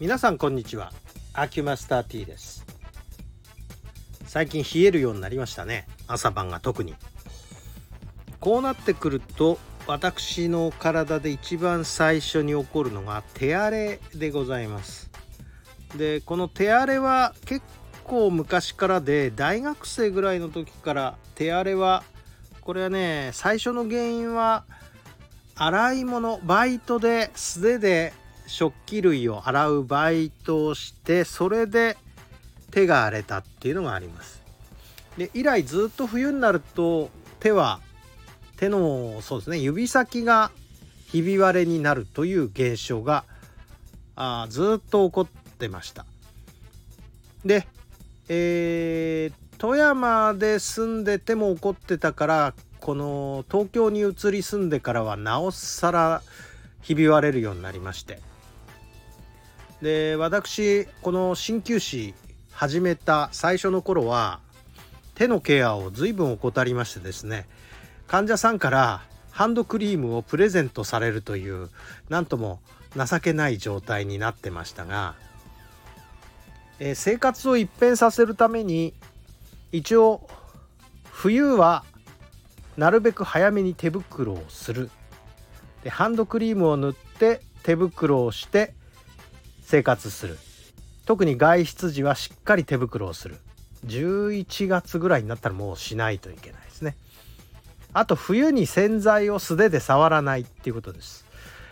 皆さんこんにちは。アキュマスター T です。最近冷えるようになりましたね。朝晩が特に。こうなってくると私の体で一番最初に起こるのが手荒れでございます。でこの手荒れは結構昔からで、大学生ぐらいの時から手荒れはこれはね、最初の原因は洗い物、バイトで素手で食器類を洗うバイトをして、それで手が荒れたっていうのがあります。で以来ずっと冬になると手のそうですね、指先がひび割れになるという現象がずっと起こってました。で、富山で住んでても起こってたから、この東京に移り住んでからはなおさらひび割れるようになりまして、で私この鍼灸師始めた最初の頃は手のケアを随分怠りましてですね、患者さんからハンドクリームをプレゼントされるという、なんとも情けない状態になってましたが、生活を一変させるために一応冬はなるべく早めに手袋をする、でハンドクリームを塗って手袋をして生活する、特に外出時はしっかり手袋をする。11月ぐらいになったらもうしないといけないですね。あと冬に洗剤を素手で触らないっていうことです。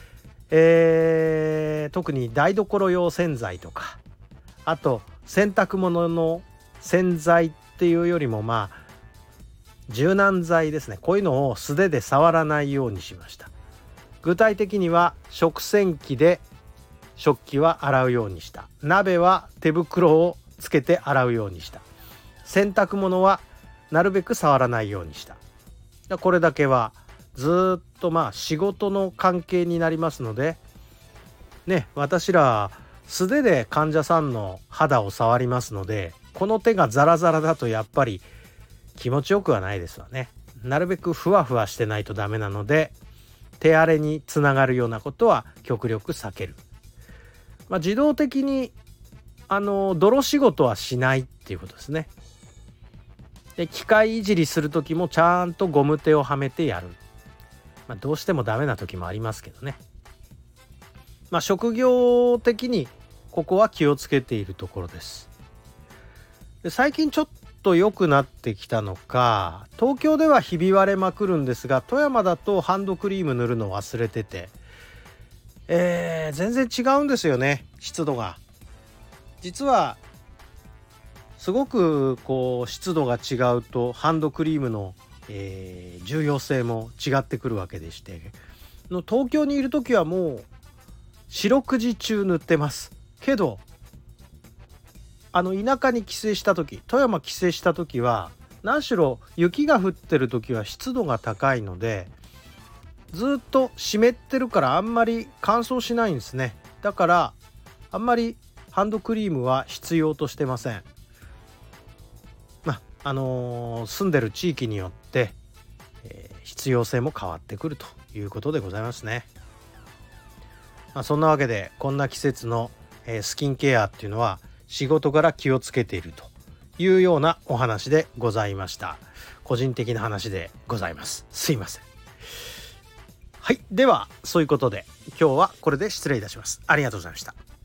特に台所用洗剤とか、あと洗濯物の洗剤っていうよりも柔軟剤ですね、こういうのを素手で触らないようにしました。具体的には食洗機で食器は洗うようにした、鍋は手袋をつけて洗うようにした、洗濯物はなるべく触らないようにした。これだけはずっと仕事の関係になりますのでね、私ら素手で患者さんの肌を触りますので、この手がザラザラだとやっぱり気持ちよくはないですわね。なるべくふわふわしてないとダメなので、手荒れにつながるようなことは極力避ける。自動的に泥仕事はしないっていうことですね。で機械いじりする時もちゃんとゴム手をはめてやる。どうしてもダメな時もありますけどね。職業的にここは気をつけているところです。で最近ちょっと良くなってきたのか、東京ではひび割れまくるんですが、富山だとハンドクリーム塗るの忘れてて、全然違うんですよね、湿度が。実はすごく湿度が違うとハンドクリームの、重要性も違ってくるわけでして、東京にいる時はもう四六時中塗ってますけど、田舎に帰省した時、富山帰省した時は何しろ雪が降ってる時は湿度が高いので、ずっと湿ってるからあんまり乾燥しないんですね。だからあんまりハンドクリームは必要としてません。住んでる地域によって、必要性も変わってくるということでございますね。そんなわけでこんな季節の、スキンケアっていうのは仕事から気をつけているというようなお話でございました。個人的な話でございます。すいません。はい、ではそういうことで今日はこれで失礼いたします。ありがとうございました。